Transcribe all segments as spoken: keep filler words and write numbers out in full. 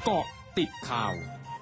เกาะติดข่าว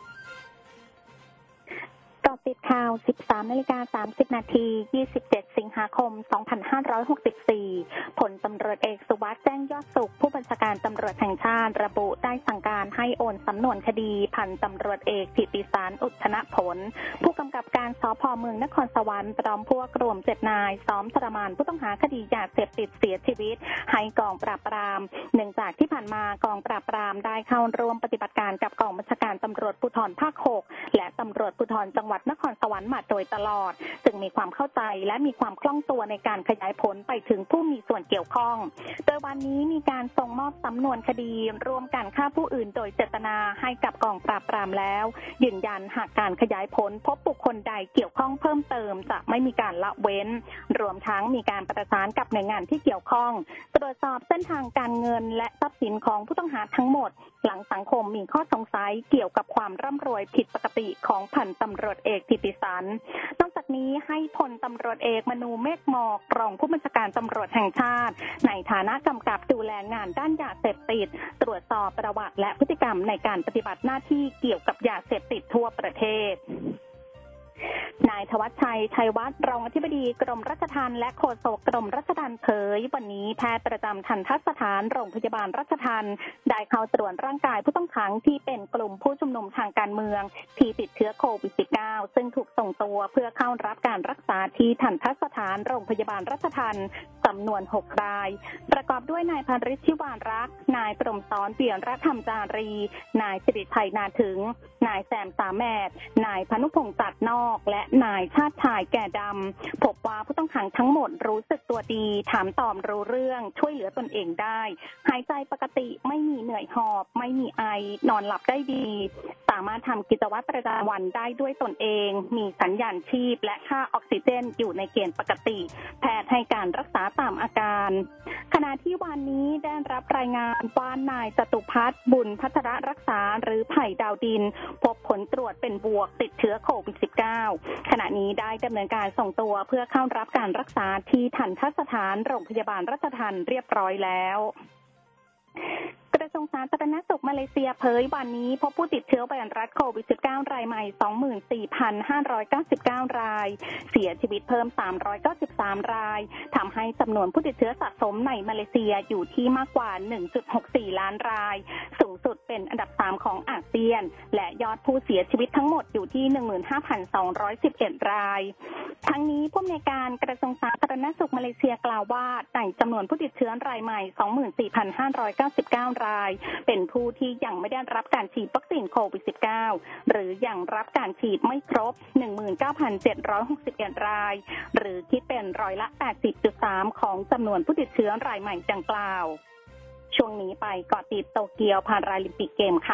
เกาะติดข่าว สิบสามนาฬิกาสามสิบนาที ยี่สิบเจ็ด สิงหาคม สองพันห้าร้อยหกสิบสี่ ผลตำรวจเอกสุวัสด์แจ้งยอดสุขผู้บัญชาการตำรวจแห่งชาติระบุได้สั่งการให้โอนสำนวนคดีพันตำรวจเอกถิติสารอุทธนผลผู้กำกับการสภ.เมืองนครสวรรค์พร้อมพวกรวมเจ็ดนายซ้อมทรมานผู้ต้องหาคดียาเสพติดเสียชีวิตให้กองปราบปรามเนื่องจากที่ผ่านมากองปราบปรามได้เข้าร่วมปฏิบัติการกับกองบัญชาการตำรวจภูธรภาคหกและตำรวจภูธรจังหวัดนครสวรรค์มาโดยตลอดจึงมีความเข้าใจและมีความคล่องตัวในการขยายผลไปถึงผู้มีส่วนเกี่ยวข้องโดยวันนี้มีการส่งมอบสำนวนคดีร่วมกันฆ่าผู้อื่นโดยเจตนาให้กับกองปราบปรามแล้วยืนยันหากการขยายผลพบบุคคลใดเกี่ยวข้องเพิ่มเติมจะไม่มีการละเว้นรวมทั้งมีการประสานกับหน่วยงานที่เกี่ยวข้องตรวจสอบเส้นทางการเงินและทรัพย์สินของผู้ต้องหาทั้งหมดหลังสังคมมีข้อสงสัยเกี่ยวกับความร่ำรวยผิดปกติของพันตำรวจเอกถิติสารนอกจากนี้ให้พลตำรวจเอกมนูเมฆหมอกรองผู้บัญชาการตำรวจแห่งชาติในฐานะกำกับดูแลงานด้านยาเสพติดตรวจสอบประวัติและพฤติกรรมในการปฏิบัติหน้าที่เกี่ยวกับยาเสพติดทั่วประเทศนายธวัชชัยชัยวัฒน์รองอธิบดีกรมราชทัณฑ์และโฆษกกรมราชทัณฑ์เผยวันนี้แพทย์ประจำทันตสถานโรงพยาบาลราชทัณฑ์ได้เข้าตรวจร่างกายผู้ต้องขังที่เป็นกลุ่มผู้ชุมนุมทางการเมืองที่ติดเชื้อโควิด สิบเก้า ซึ่งถูกส่งตัวเพื่อเข้ารับการรักษาที่ทันตสถานโรงพยาบาลราชทัณฑ์จำนวนหกรายประกอบด้วยนายพาริชชิวารักษ์นายปรมสอนเปี่ยมรัฐธรรมจารีนายสิริชัยนาถึงนายแซมสามแมดนายพนุพงษ์จัดนอกและนายชาติชายแก่ดำพบว่าผู้ต้องขังทั้งหมดรู้สึกตัวดีถามตอบรู้เรื่องช่วยเหลือตนเองได้หายใจปกติไม่มีเหนื่อยหอบไม่มีไอนอนหลับได้ดีสามารถทำกิจวัตรประจำวันได้ด้วยตนเองมีสัญญาณชีพและค่าออกซิเจนอยู่ในเกณฑ์ปกติแพทย์ให้การรักษาตามอาการขณะที่วันนี้ได้รับรายงานว่านายจตุพัฒน์บุญพัฒระรักษาหรือไผ่ดาวดินพบผลตรวจเป็นบวกติดเชื้อโควิด สิบเก้า ขณะนี้ได้ดำเนินการส่งตัวเพื่อเข้ารับการรักษาที่ทันตสถานโรงพยาบาลราชทัณฑ์เรียบร้อยแล้วกระทรวงสาธารณสุขมาเลเซียเผยวันนี้พบผู้ติดเชื้อไวรัสโควิด สิบเก้า รายใหม่ สองหมื่นสี่พันห้าร้อยเก้าสิบเก้า รายเสียชีวิตเพิ่มสามร้อยเก้าสิบสามรายทำให้จำนวนผู้ติดเชื้อสะสมในมาเลเซียอยู่ที่มากกว่า หนึ่งจุดหกสี่ ล้านรายสูงสุดเป็นอันดับสามของอาเซียนและยอดผู้เสียชีวิตทั้งหมดอยู่ที่ หนึ่งหมื่นห้าพันสองร้อยสิบเอ็ด รายทั้งนี้ผู้อำนวยการกระทรวงสาธารณสุขมาเลเซียกล่าวว่าในจำนวนผู้ติดเชื้อรายใหม่ สองหมื่นสี่พันห้าร้อยเก้าสิบเก้า รายเป็นผู้ที่ยังไม่ได้รับการฉีดวัคซีนโควิด สิบเก้า หรือยังรับการฉีดไม่ครบ หนึ่งหมื่นเก้าพันเจ็ดร้อยหกสิบเอ็ด รายหรือคิดเป็นร้อยละ แปดสิบจุดสาม ของจำนวนผู้ติดเชื้อรายใหม่ดังกล่าวช่วงนี้ไปเกาะติดโตเกียวพาราลิมปิกเกมค่ะ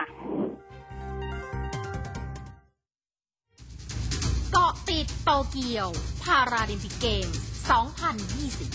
เกาะติดโตเกียวพาราลิมปิกเกม สองพันยี่สิบ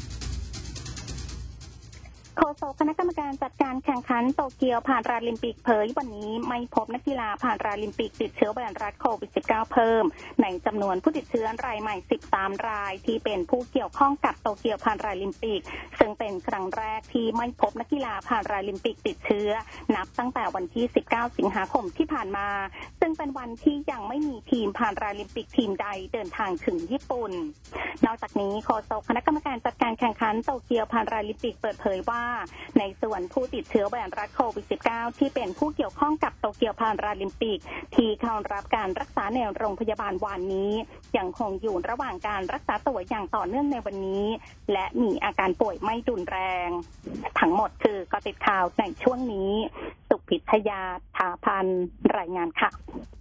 โฆษกคณะกรรมการจัดการแข่งขันโตเกียวพาราลิมปิกเผยวันนี้ไม่พบนักกีฬาพาราลิมปิกติดเชื้อไวรัสโควิด สิบเก้า เพิ่มในจำนวนผู้ติดเชื้อรายใหม่สิบสามรายที่เป็นผู้เกี่ยวข้องกับโตเกียวพาราลิมปิกซึ่งเป็นครั้งแรกที่ไม่พบนักกีฬาพาราลิมปิกติดเชื้อนับตั้งแต่วันที่สิบเก้าสิงหาคมที่ผ่านมาซึ่งเป็นวันที่ยังไม่มีทีมพาราลิมปิกทีมใดเดินทางถึงญี่ปุ่นนอกจากนี้โฆษกคณะกรรมการจัดการแข่งขันโตเกียวพาราลิมปิกเปิดเผยว่าในส่วนผู้ติดเชื้อไวรัสโควิด สิบเก้า ที่เป็นผู้เกี่ยวข้องกับโตเกียวพาราลิมปิกที่เข้ารับการรักษาในโรงพยาบาลวันนี้ยังคงอยู่ระหว่างการรักษาตัวอย่างต่อเนื่องในวันนี้และมีอาการป่วยไม่รุนแรงทั้งหมดคือเกาะติดข่าวในช่วงนี้สุพิทยา ถาพันรายงานค่ะ